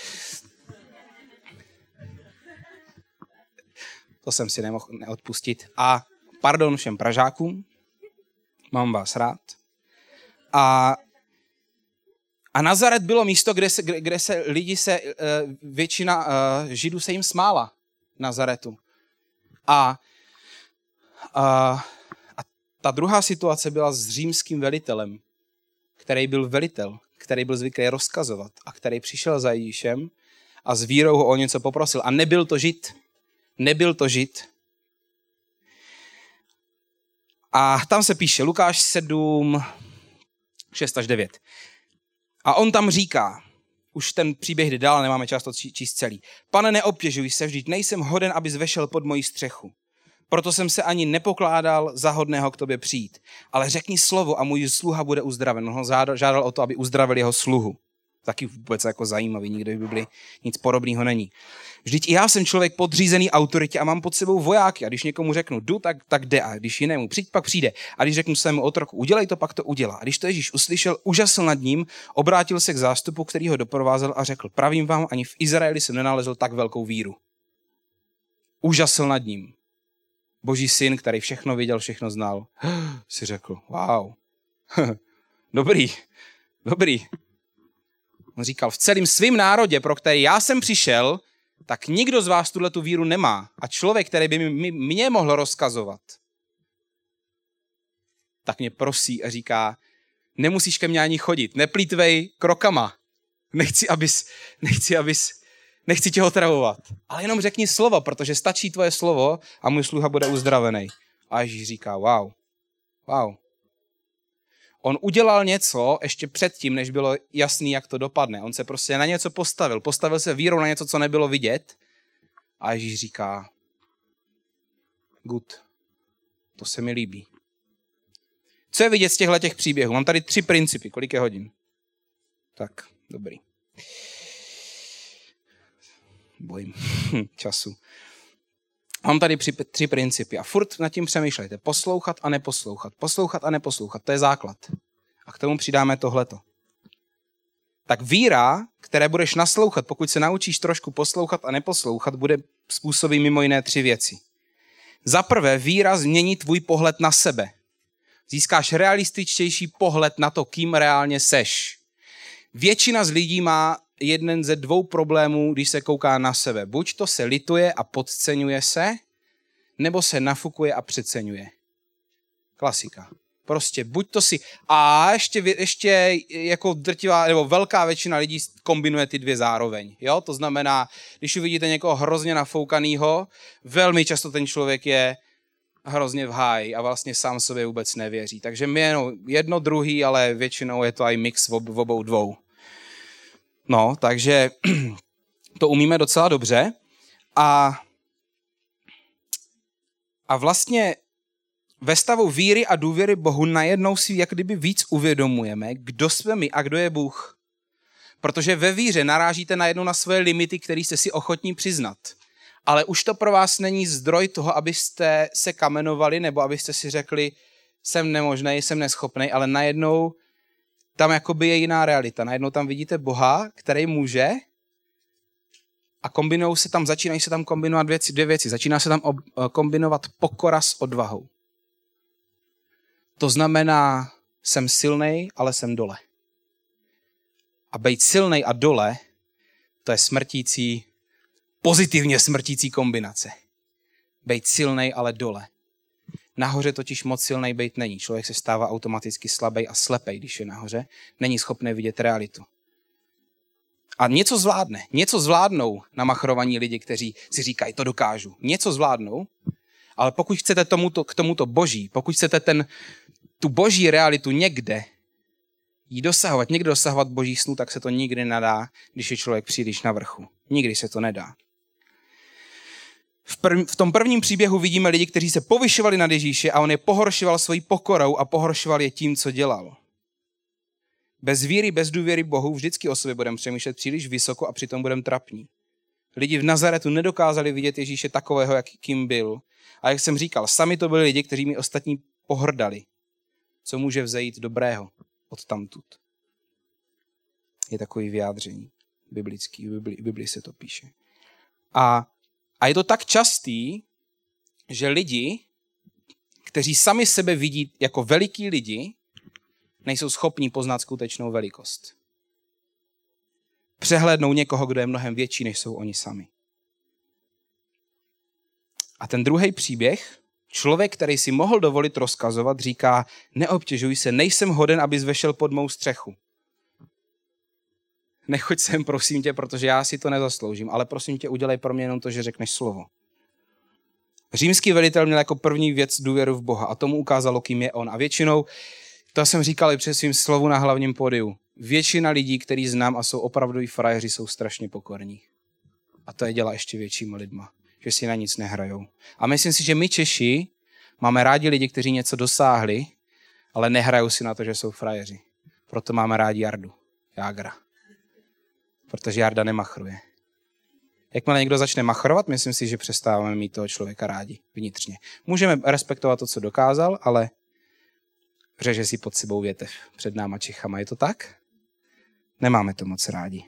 to jsem si nemohl neodpustit. A pardon všem Pražákům, mám vás rád. A Nazaret bylo místo, kde se většina Židů se jim smála. Nazaretu. A ta druhá situace byla s římským velitelem, který byl velitel, který byl zvyklý rozkazovat a který přišel za Ježíšem a s vírou ho o něco poprosil. A nebyl to Žid. Nebyl to Žid. A tam se píše Lukáš 7, 6 až 9. A on tam říká, už ten příběh jde dál, nemáme čas to číst celý. Pane, neobtěžuj se, vždyť nejsem hoden, abys vešel pod moji střechu. Proto jsem se ani nepokládal za hodného k tobě přijít. Ale řekni slovo a můj sluha bude uzdraven. On ho žádal o to, aby uzdravil jeho sluhu. Taky vůbec jako zajímavý, nikde v Biblii nic podobného není. Vždyť i já jsem člověk podřízený autoritě a mám pod sebou vojáky. A když někomu řeknu jdu, tak jde. A když jinému přijď, pak přijde. A když řeknu svému otroku udělej to, pak to udělá. A když to Ježíš uslyšel, úžasl nad ním, obrátil se k zástupu, který ho doprovázel a řekl, pravím vám, ani v Izraeli jsem nenalezl tak velkou víru. Úžasl nad ním. Boží syn, který všechno viděl, všechno znal, si řekl, wow, dobrý. On říkal, v celém svém národě, pro který já jsem přišel, tak nikdo z vás tu víru nemá. A člověk, který by mě mohl rozkazovat, tak mě prosí a říká, nemusíš ke mně ani chodit, neplýtvej krokama, nechci tě otravovat, ale jenom řekni slovo, protože stačí tvoje slovo a můj sluha bude uzdravený. A Ježíš říká, wow. On udělal něco ještě předtím, než bylo jasný, jak to dopadne. On se prostě na něco postavil se vírou na něco, co nebylo vidět. A Ježíš říká, good, to se mi líbí. Co je vidět z těchto příběhů? Mám tady 3 principy, kolik je hodin? Tak, dobrý. Bojím času. Mám tady 3 principy a furt nad tím přemýšlejte. Poslouchat a neposlouchat. Poslouchat a neposlouchat, to je základ. A k tomu přidáme tohleto. Tak víra, které budeš naslouchat, pokud se naučíš trošku poslouchat a neposlouchat, bude způsobí mimo jiné 3 věci. Za prvé, víra změní tvůj pohled na sebe. Získáš realističtější pohled na to, kým reálně seš. Většina z lidí má jeden ze 2 problémů, když se kouká na sebe. Buď to se lituje a podceňuje se, nebo se nafukuje a přeceňuje. Klasika. Prostě buď to si... A ještě jako drtivá, nebo velká většina lidí kombinuje ty 2 zároveň. Jo? To znamená, když uvidíte někoho hrozně nafoukanýho, velmi často ten člověk je hrozně v háji a vlastně sám sobě vůbec nevěří. Takže my jenom jedno, druhý, ale většinou je to i mix v obou 2. No, takže to umíme docela dobře a vlastně ve stavu víry a důvěry Bohu najednou si jak kdyby víc uvědomujeme, kdo jsme my a kdo je Bůh. Protože ve víře narážíte najednou na svoje limity, které jste si ochotní přiznat. Ale už to pro vás není zdroj toho, abyste se kamenovali nebo abyste si řekli, jsem nemožnej, jsem neschopnej, ale najednou tam jakoby je jiná realita. Najednou tam vidíte Boha, který může a začínají se tam kombinovat 2 věci. Začíná se tam kombinovat pokora s odvahou. To znamená, jsem silnej, ale jsem dole. A být silnej a dole, to je pozitivně smrtící kombinace. Být silnej, ale dole. Nahoře totiž moc silnej být není. Člověk se stává automaticky slabý a slepej, když je nahoře. Není schopný vidět realitu. A něco zvládnou namachrovaní lidi, kteří si říkají, to dokážu. Něco zvládnou, ale pokud chcete k tomuto boží, pokud chcete tu boží realitu někde dosahovat božích snů, tak se to nikdy nedá, když je člověk příliš na vrchu. Nikdy se to nedá. V tom prvním příběhu vidíme lidi, kteří se povyšovali nad Ježíše a on je pohoršoval svojí pokorou a pohoršoval je tím, co dělal. Bez víry, bez důvěry Bohu vždycky o sobě budeme přemýšlet příliš vysoko a přitom budeme trapní. Lidi v Nazaretu nedokázali vidět Ježíše takového, jakým byl. A jak jsem říkal, sami to byli lidi, kteří mi ostatní pohrdali. Co může vzejít dobrého odtamtud? Je takový vyjádření biblický, v Biblii se to píše. A je to tak častý, že lidi, kteří sami sebe vidí jako veliký lidi, nejsou schopni poznat skutečnou velikost. Přehlédnou někoho, kdo je mnohem větší, než jsou oni sami. A ten druhý příběh, člověk, který si mohl dovolit rozkazovat, říká, neobtěžuj se, nejsem hoden, abys vešel pod mou střechu. Nechoď sem, prosím tě, protože já si to nezasloužím, ale prosím tě, udělej pro mě jenom to, že řekneš slovo. Římský velitel měl jako první věc důvěru v Boha a tomu ukázalo, kým je on. A většinou, to jsem říkal i před svým slovu na hlavním pódiu, většina lidí, který znám a jsou opravdoví frajeři, jsou strašně pokorní. A to je dělá ještě většíma lidma, že si na nic nehrajou. A myslím si, že my Češi máme rádi lidi, kteří něco dosáhli, ale nehrajou si na to, že jsou frajeři. Proto máme rádi Jardu, Jágra. Protože Jarda nemachruje. Jakmile někdo začne machrovat, myslím si, že přestáváme mít toho člověka rádi vnitřně. Můžeme respektovat to, co dokázal, ale řeže si pod sebou větev před náma Čechama. Je to tak? Nemáme to moc rádi.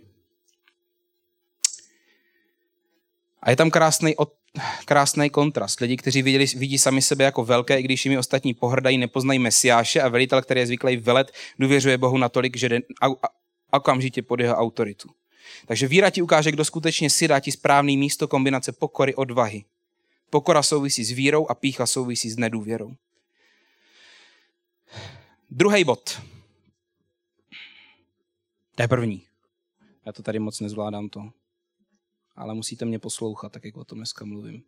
A je tam krásný kontrast. Lidi, kteří vidí sami sebe jako velké, i když jimi ostatní pohrdají, nepoznají Mesiáše a velitel, který je zvyklý velet, důvěřuje Bohu natolik, že jde okamžitě pod jeho autoritu. Takže víra ti ukáže, kdo skutečně si dá ti správný místo kombinace pokory, odvahy. Pokora souvisí s vírou a pýcha souvisí s nedůvěrou. Druhý bod. To je první. Já to tady moc nezvládám to. Ale musíte mě poslouchat, tak jak o tom dneska mluvím.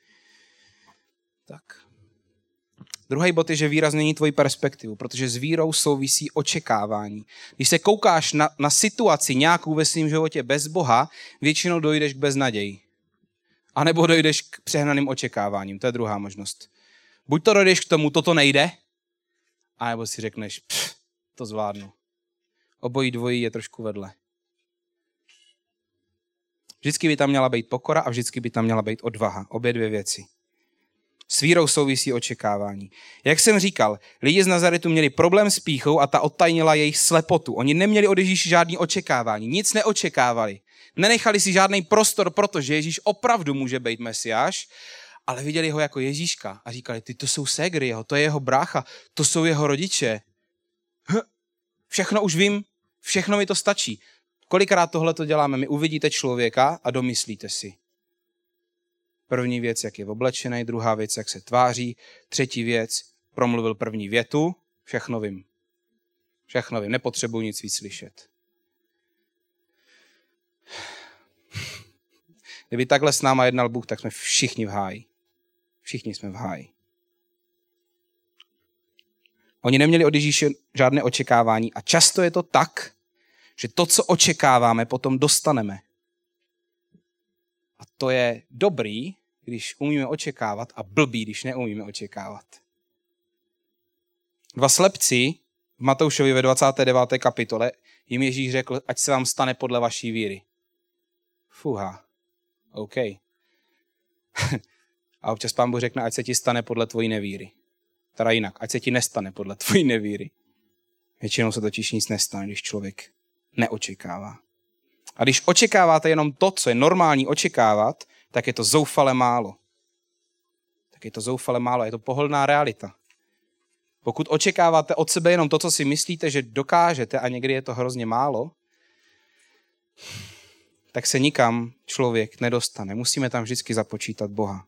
Tak. Druhý bod je, že víra změní tvoji perspektivu, protože s vírou souvisí očekávání. Když se koukáš na situaci nějakou ve svém životě bez Boha, většinou dojdeš k beznaději. A nebo dojdeš k přehnaným očekáváním. To je druhá možnost. Buď to dojdeš k tomu, toto nejde, anebo si řekneš, to zvládnu. Obojí dvojí je trošku vedle. Vždycky by tam měla být pokora a vždycky by tam měla být odvaha. Obě dvě věci. S vírou souvisí očekávání. Jak jsem říkal, lidi z Nazaretu měli problém s pýchou a ta odtajnila jejich slepotu. Oni neměli od Ježíše žádný očekávání, nic neočekávali. Nenechali si žádný prostor, protože Ježíš opravdu může být Mesiáš, ale viděli ho jako Ježíška a říkali, to jsou ségry jeho, to je jeho brácha, to jsou jeho rodiče. Všechno už vím, všechno mi to stačí. Kolikrát tohle to děláme? My uvidíte člověka a domyslíte si. První věc, jak je oblečený, druhá věc, jak se tváří, třetí věc, promluvil první větu, všechno vím. Všechno vím, nepotřebuji nic víc slyšet. Kdyby takhle s náma jednal Bůh, tak jsme všichni v háji. Všichni jsme v háji. Oni neměli od Ježíše žádné očekávání a často je to tak, že to, co očekáváme, potom dostaneme. A to je dobrý, když umíme očekávat a blbý, když neumíme očekávat. Dva slepci v Matoušovi ve 29. kapitole jim Ježíš řekl, ať se vám stane podle vaší víry. Fuha, OK. A občas Pán Bůh řekne, ať se ti stane podle tvojí nevíry. Teda jinak, ať se ti nestane podle tvojí nevíry. Většinou se totiž nic nestane, když člověk neočekává. A když očekáváte jenom to, co je normální očekávat, tak je to zoufale málo. Je to pohodlná realita. Pokud očekáváte od sebe jenom to, co si myslíte, že dokážete a někdy je to hrozně málo, tak se nikam člověk nedostane. Musíme tam vždycky započítat Boha.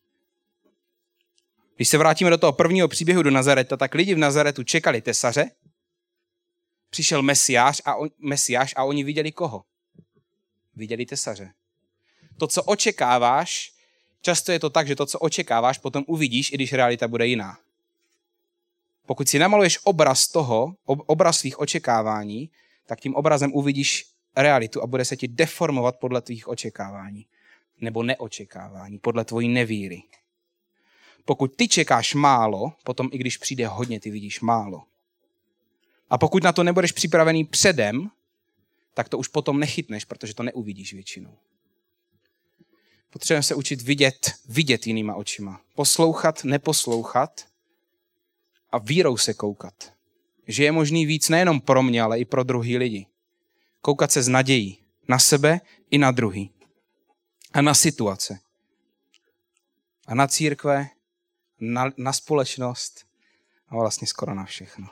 Když se vrátíme do toho prvního příběhu do Nazareta, tak lidi v Nazaretu čekali tesaře, přišel Mesiáš a oni viděli koho? Viděli tesaře. To, co očekáváš, často je to tak, že to, co očekáváš, potom uvidíš, i když realita bude jiná. Pokud si namaluješ obraz svých očekávání, tak tím obrazem uvidíš realitu a bude se ti deformovat podle tvých očekávání. Nebo neočekávání, podle tvojí nevíry. Pokud ty čekáš málo, potom i když přijde hodně, ty vidíš málo. A pokud na to nebudeš připravený předem, tak to už potom nechytneš, protože to neuvidíš většinou. Potřebujeme se učit vidět jinýma očima. Poslouchat, neposlouchat a vírou se koukat. Že je možný víc nejenom pro mě, ale i pro druhý lidi. Koukat se s nadějí na sebe i na druhý. A na situace. A na církve, na společnost a vlastně skoro na všechno.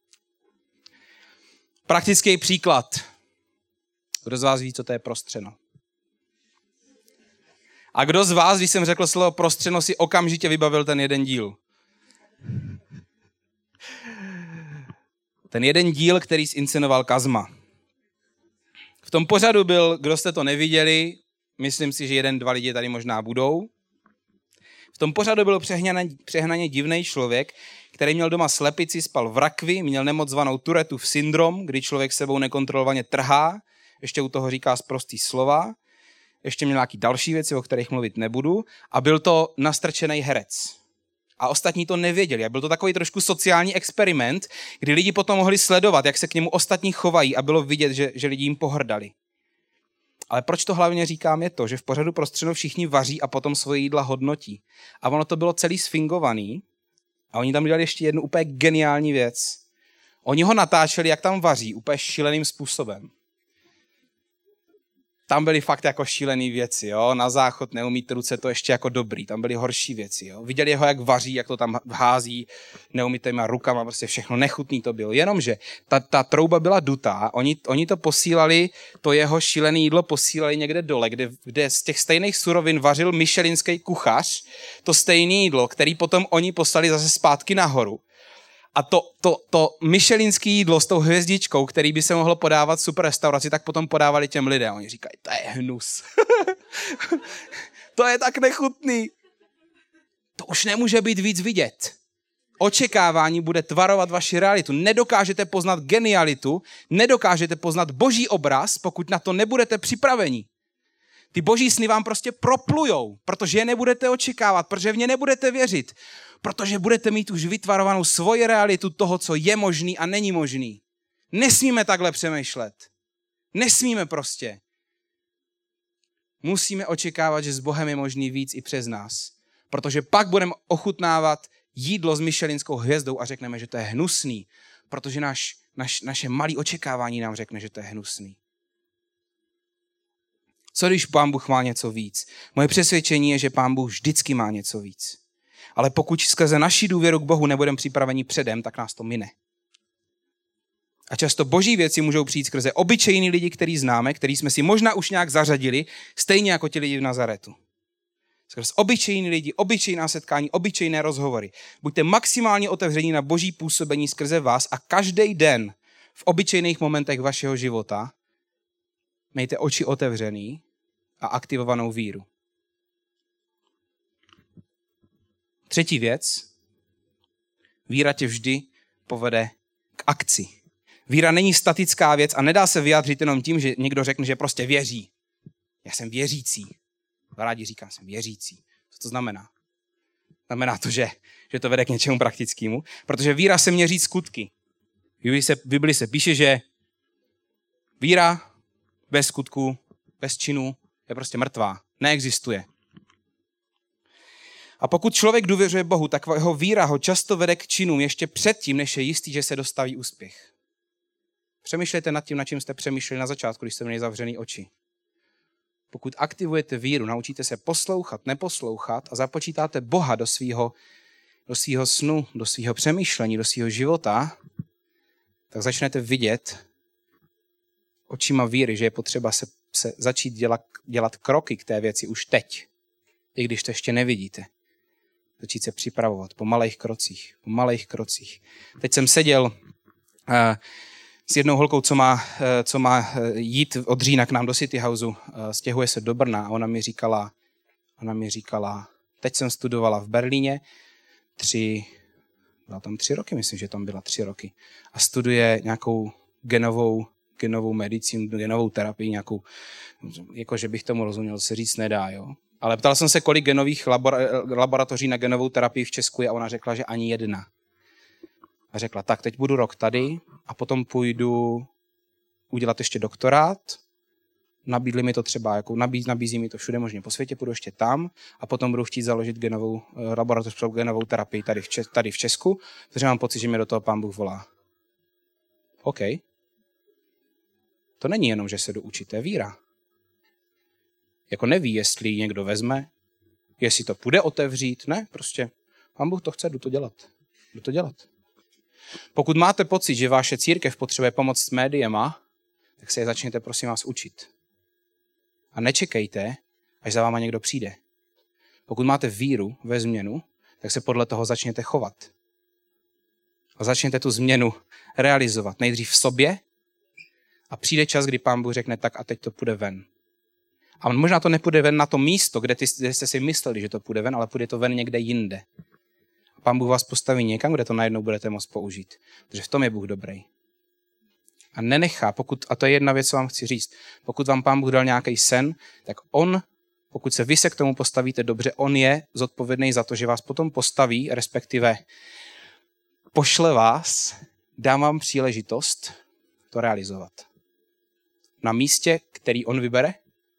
Praktický příklad. Kdo z vás ví, co to je prostřeno? A kdo z vás, když jsem řekl slovo prostřeno, si okamžitě vybavil ten jeden díl? Ten jeden díl, který zinscenoval Kazma. V tom pořadu byl, kdo jste to neviděli, myslím si, že 1-2 lidi tady možná budou. V tom pořadu byl přehnaně divný člověk, který měl doma slepici, spal v rakvi, měl nemoc zvanou Tourettův syndrom, kdy člověk sebou nekontrolovaně trhá, ještě u toho říká sprostý slova, ještě měl nějaký další věci, o kterých mluvit nebudu, a byl to nastrčený herec. A ostatní to nevěděli. A byl to takový trošku sociální experiment, kdy lidi potom mohli sledovat, jak se k němu ostatní chovají a bylo vidět, že lidi jim pohrdali. Ale proč to hlavně říkám je to, že v pořadu Prostřeno všichni vaří a potom svoje jídla hodnotí. A ono to bylo celý sfingovaný a oni tam dělali ještě jednu úplně geniální věc. Oni ho natáčeli, jak tam vaří, úplně šíleným způsobem. Tam byly fakt jako šílený věci, jo? Na záchod neumít ruce, to ještě jako dobrý, tam byly horší věci, jo? Viděli ho, jak vaří, jak to tam hází, neumýtýma rukama, prostě všechno nechutný to bylo. Jenomže ta trouba byla dutá, oni to posílali, to jeho šílené jídlo posílali někde dole, kde z těch stejných surovin vařil michelinský kuchař, to stejné jídlo, který potom oni poslali zase zpátky nahoru. A to michelinský jídlo s tou hvězdičkou, který by se mohlo podávat v super restauraci, tak potom podávali těm lidem. Oni říkají, to je hnus. To je tak nechutný. To už nemůže být víc vidět. Očekávání bude tvarovat vaši realitu. Nedokážete poznat genialitu, nedokážete poznat boží obraz, pokud na to nebudete připraveni. Ty boží sny vám prostě proplujou, protože je nebudete očekávat, protože v ně nebudete věřit, protože budete mít už vytvarovanou svoji realitu toho, co je možný a není možný. Nesmíme takhle přemýšlet. Nesmíme prostě. Musíme očekávat, že s Bohem je možný víc i přes nás. Protože pak budeme ochutnávat jídlo s michelinskou hvězdou a řekneme, že to je hnusný. Protože naše malé očekávání nám řekne, že to je hnusný. Co když Pán Bůh má něco víc? Moje přesvědčení je, že Pán Bůh vždycky má něco víc. Ale pokud skrze naši důvěru k Bohu nebudeme připraveni předem, tak nás to mine. A často boží věci můžou přijít skrze obyčejný lidi, který známe, který jsme si možná už nějak zařadili, stejně jako ti lidi v Nazaretu. Skrze obyčejný lidi, obyčejná setkání, obyčejné rozhovory. Buďte maximálně otevření na boží působení skrze vás a každý den v obyčejných momentech vašeho života mějte oči otevřený a aktivovanou víru. Třetí věc. Víra tě vždy povede k akci. Víra není statická věc a nedá se vyjádřit jenom tím, že někdo řekne, že prostě věří. Já jsem věřící. Rádi říkám, jsem věřící. Co to znamená? Znamená to, že to vede k něčemu praktickému, protože víra se měří skutky. V Biblii se píše, že víra bez skutku, bez činu je prostě mrtvá. Neexistuje. A pokud člověk důvěřuje Bohu, tak jeho víra ho často vede k činům ještě předtím, než je jistý, že se dostaví úspěch. Přemýšlejte nad tím, nad čím jste přemýšleli na začátku, když jste měli zavřený oči. Pokud aktivujete víru, naučíte se poslouchat, neposlouchat a započítáte Boha do svýho snu, do svýho přemýšlení, do svýho života, tak začnete vidět očima víry, že je potřeba se začít dělat kroky k té věci už teď, i když to ještě nevidíte. Začít se připravovat po malých krocích. Teď jsem seděl s jednou holkou, co má jít od října k nám do City Houseu, stěhuje se do Brna a ona mi říkala, teď jsem studovala v Berlíně, byla tam 3 roky, myslím, že tam byla 3 roky a studuje nějakou genovou medicínu, genovou terapii, nějakou, jako že bych tomu rozuměl, se říct nedá, jo. Ale ptal jsem se, kolik genových laboratoří na genovou terapii v Česku je a ona řekla, že ani jedna. A řekla, tak teď budu rok tady a potom půjdu udělat ještě doktorát. Nabídli mi to třeba, jako nabízí mi to všude možně po světě, půjdu ještě tam a potom budu chtít založit genovou laboratoř pro genovou terapii tady v Česku, protože mám pocit, že mě do toho Pán Bůh volá. OK. To není jenom, že se jdu učit, to je víra. Jako neví, jestli někdo vezme, jestli to půjde otevřít, ne, prostě Pán Bůh to chce, jdu to dělat. Pokud máte pocit, že vaše církev potřebuje pomoc s médiema, tak se je začněte prosím vás učit. A nečekejte, až za váma někdo přijde. Pokud máte víru ve změnu, tak se podle toho začněte chovat. A začněte tu změnu realizovat. Nejdřív v sobě a přijde čas, kdy Pán Bůh řekne tak a teď to půjde ven. A možná to nepůjde ven na to místo, kde jste si mysleli, že to půjde ven, ale půjde to ven někde jinde. A Pán Bůh vás postaví někam, kde to najednou budete moct použít. Protože v tom je Bůh dobrý. A nenechá, a to je jedna věc, co vám chci říct, pokud vám Pán Bůh dal nějaký sen, tak on, pokud se vy se k tomu postavíte dobře, on je zodpovědný za to, že vás potom postaví, respektive pošle vás, dá vám příležitost to realizovat. Na místě, který on vybere,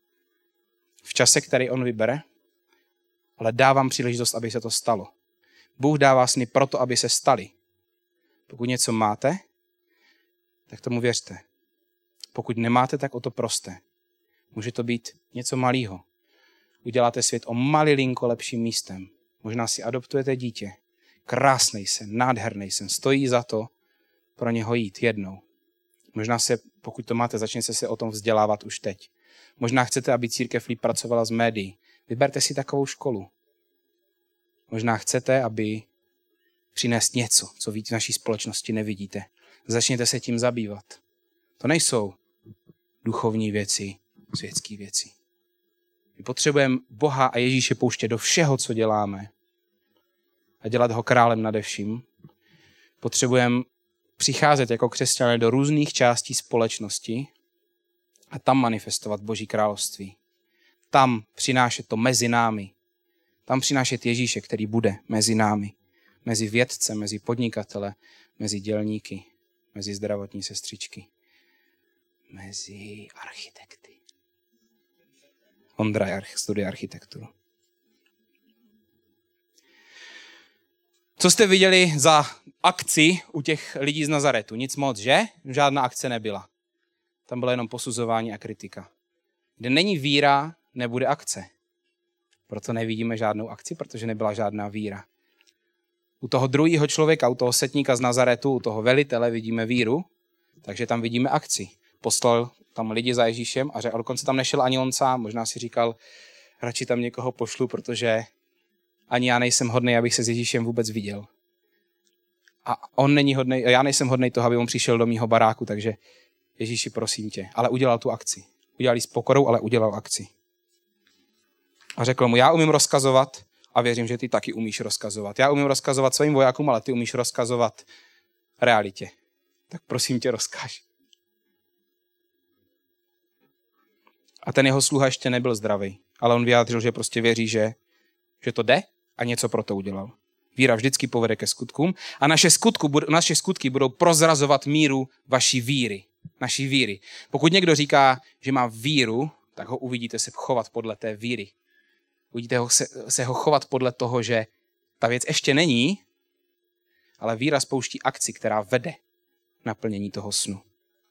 v čase, který on vybere, ale dá vám příležitost, aby se to stalo. Bůh dává sny proto, aby se staly. Pokud něco máte, tak tomu věřte. Pokud nemáte, tak o to proste. Může to být něco malého. Uděláte svět o malilinko lepším místem. Možná si adoptujete dítě. Krásnej sen, nádherný sen. Stojí za to pro něho jít jednou. Možná se, pokud to máte, začněte se o tom vzdělávat už teď. Možná chcete, aby církev líp pracovala s médií. Vyberte si takovou školu. Možná chcete, aby přinést něco, co vy v naší společnosti nevidíte. Začněte se tím zabývat. To nejsou duchovní věci, světské věci. My potřebujeme Boha a Ježíše pouštět do všeho, co děláme a dělat ho králem nade vším. Potřebujeme přicházet jako křesťané do různých částí společnosti a tam manifestovat Boží království. Tam přinášet to mezi námi. Tam přinášet Ježíše, který bude mezi námi. Mezi vědce, mezi podnikatele, mezi dělníky, mezi zdravotní sestřičky, mezi architekty. Ondra studuje architekturu. Co jste viděli za akci u těch lidí z Nazaretu? Nic moc, že? Žádná akce nebyla. Tam bylo jenom posuzování a kritika. Kde není víra, nebude akce. Proto nevidíme žádnou akci, protože nebyla žádná víra. U toho druhého člověka, u toho setníka z Nazaretu, u toho velitele vidíme víru, takže tam vidíme akci. Poslal tam lidi za Ježíšem a dokonce tam nešel ani on sám. Možná si říkal, radši tam někoho pošlu, protože ani já nejsem hodnej, abych se s Ježíšem vůbec viděl. A on není hodnej, já nejsem hodnej toho, aby on přišel do mýho baráku, takže Ježíši, prosím tě. Ale udělal tu akci. Udělal ji s pokorou, ale udělal akci. A řekl mu, já umím rozkazovat a věřím, že ty taky umíš rozkazovat. Já umím rozkazovat svým vojákům, ale ty umíš rozkazovat realitě. Tak prosím tě, rozkaž. A ten jeho sluha ještě nebyl zdravý, ale on vyjádřil, že prostě věří, že to jde a něco pro to udělal. Víra vždycky povede ke skutkům a naše skutky budou prozrazovat míru vaší víry. Naší víry. Pokud někdo říká, že má víru, tak ho uvidíte se chovat podle té víry. Uvidíte se ho chovat podle toho, že ta věc ještě není, ale víra spouští akci, která vede naplnění toho snu.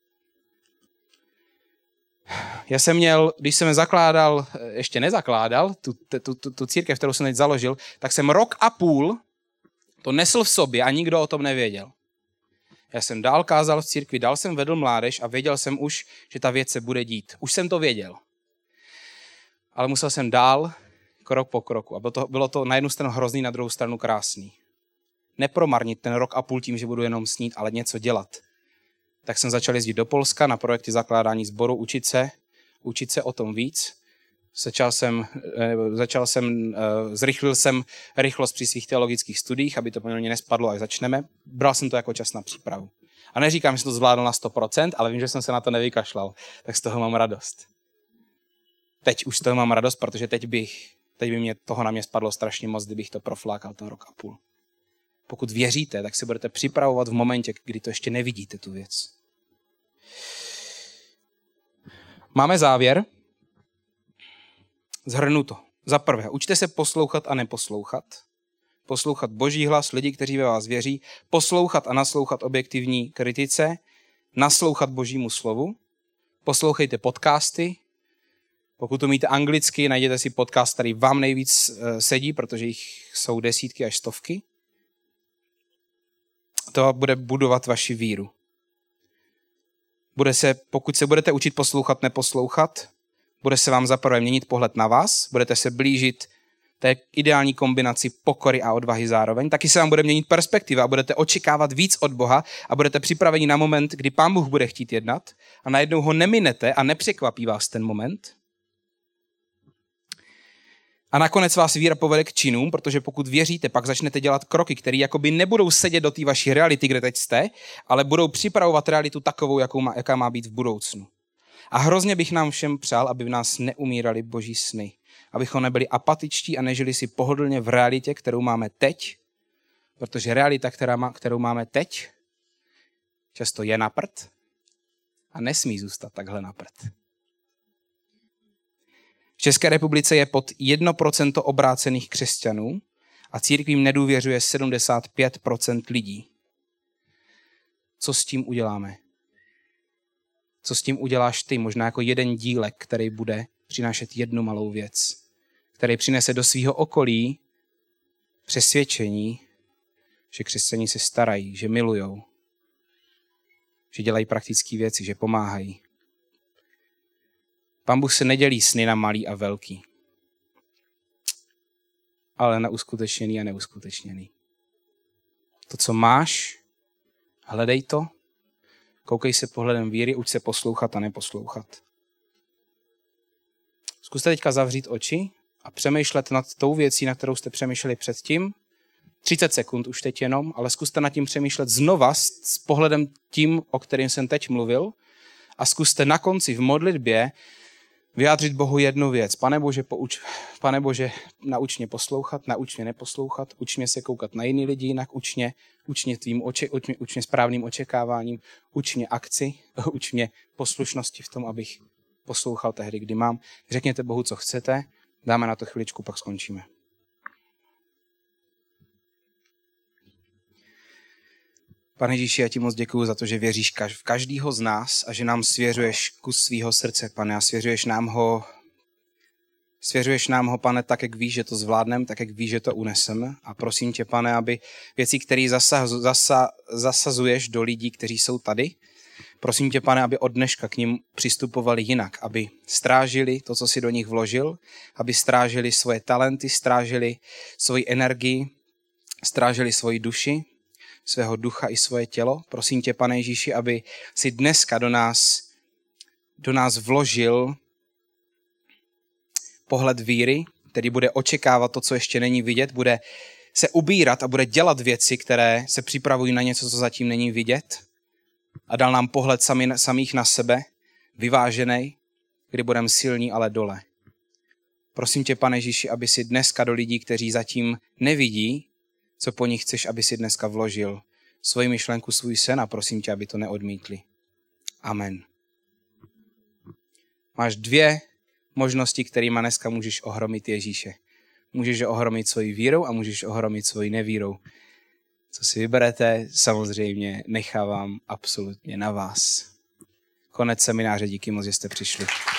Já jsem měl, když jsem ještě nezakládal, tu církev, kterou jsem teď založil, tak jsem 1,5 roku to nesl v sobě a nikdo o tom nevěděl. Já jsem dál kázal v církvi, dál jsem vedl mládež a věděl jsem už, že ta věc se bude dít. Už jsem to věděl. Ale musel jsem dál, krok po kroku. A bylo to na jednu stranu hrozný, na druhou stranu krásný. Nepromarnit ten 1,5 roku tím, že budu jenom snít, ale něco dělat. Tak jsem začal jezdit do Polska na projekty zakládání sboru, učit se o tom víc. Zrychlil jsem rychlost při svých teologických studiích, aby to poměrně nespadlo, až začneme. Bral jsem to jako čas na přípravu. A neříkám, že jsem to zvládl na 100%, ale vím, že jsem se na to nevykašlal. Tak z toho mám radost. Teď už z toho mám radost, protože teď by mě toho na mě spadlo strašně moc, kdybych to proflákal ten 1,5 roku. Pokud věříte, tak se budete připravovat v momentě, kdy to ještě nevidíte, tu věc. Máme závěr. Shrnu to. Za prvé, učte se poslouchat a neposlouchat. Poslouchat Boží hlas, lidi, kteří ve vás věří. Poslouchat a naslouchat objektivní kritice. Naslouchat Božímu slovu. Poslouchejte podcasty. Pokud umíte anglicky, najděte si podcast, který vám nejvíc sedí, protože jich jsou desítky až stovky. To bude budovat vaši víru. Pokud se budete učit poslouchat, neposlouchat, bude se vám zaprvé měnit pohled na vás, budete se blížit té ideální kombinaci pokory a odvahy zároveň, taky se vám bude měnit perspektiva a budete očekávat víc od Boha a budete připraveni na moment, kdy Pán Bůh bude chtít jednat a najednou ho neminete a nepřekvapí vás ten moment. A nakonec vás víra povede k činům, protože pokud věříte, pak začnete dělat kroky, které jakoby nebudou sedět do té vaší reality, kde teď jste, ale budou připravovat realitu takovou, jaká má být v budoucnu. A hrozně bych nám všem přál, aby v nás neumírali boží sny. Abychom nebyli apatičtí a nežili si pohodlně v realitě, kterou máme teď, protože realita, kterou máme teď, často je na prd a nesmí zůstat takhle na prd. V České republice je pod 1% obrácených křesťanů a církvím nedůvěřuje 75% lidí. Co s tím uděláme? Co s tím uděláš ty? Možná jako jeden dílek, který bude přinášet jednu malou věc, který přinese do svého okolí přesvědčení, že křesťané se starají, že milujou, že dělají praktické věci, že pomáhají. Pán Bůh se nedělí sny na malý a velký, ale na uskutečněný a neuskutečněný. To, co máš, hledej to, koukej se pohledem víry, uč se poslouchat a neposlouchat. Zkuste teďka zavřít oči a přemýšlet nad tou věcí, na kterou jste přemýšleli předtím. 30 sekund už teď jenom, ale zkuste nad tím přemýšlet znova s pohledem tím, o kterém jsem teď mluvil, a zkuste na konci v modlitbě vyjádřit Bohu jednu věc. Pane Bože, nauč mě poslouchat, nauč mě neposlouchat, uč mě se koukat na jiný lidi jinak, uč mě správným očekáváním, uč mě akci, uč mě poslušnosti v tom, abych poslouchal tehdy, kdy mám. Řekněte Bohu, co chcete, dáme na to chviličku, pak skončíme. Pane Ježíši, já ti moc děkuju za to, že věříš v každýho z nás a že nám svěřuješ kus svýho srdce, Pane, a svěřuješ nám ho, Pane, tak, jak víš, že to zvládneme, tak, jak víš, že to uneseme. A prosím tě, Pane, aby věci, které zasazuješ do lidí, kteří jsou tady, prosím tě, Pane, aby od dneška k nim přistupovali jinak, aby strážili to, co jsi do nich vložil, aby strážili svoje talenty, strážili svoji energii, strážili svoji duši, svého ducha i svoje tělo. Prosím tě, Pane Ježíši, aby si dneska do nás vložil pohled víry, který bude očekávat to, co ještě není vidět, bude se ubírat a bude dělat věci, které se připravují na něco, co zatím není vidět. A dal nám pohled samých na sebe, vyvážený, kdy budeme silní, ale dole. Prosím tě, Pane Ježíši, aby si dneska do lidí, kteří zatím nevidí, co po nich chceš, aby si dneska vložil svoji myšlenku, svůj sen, a prosím tě, aby to neodmítli. Amen. Máš 2 možnosti, kterými dneska můžeš ohromit Ježíše. Můžeš ho ohromit svojí vírou a můžeš ohromit svojí nevírou. Co si vyberete, samozřejmě nechávám absolutně na vás. Konec semináře, díky moc, že jste přišli.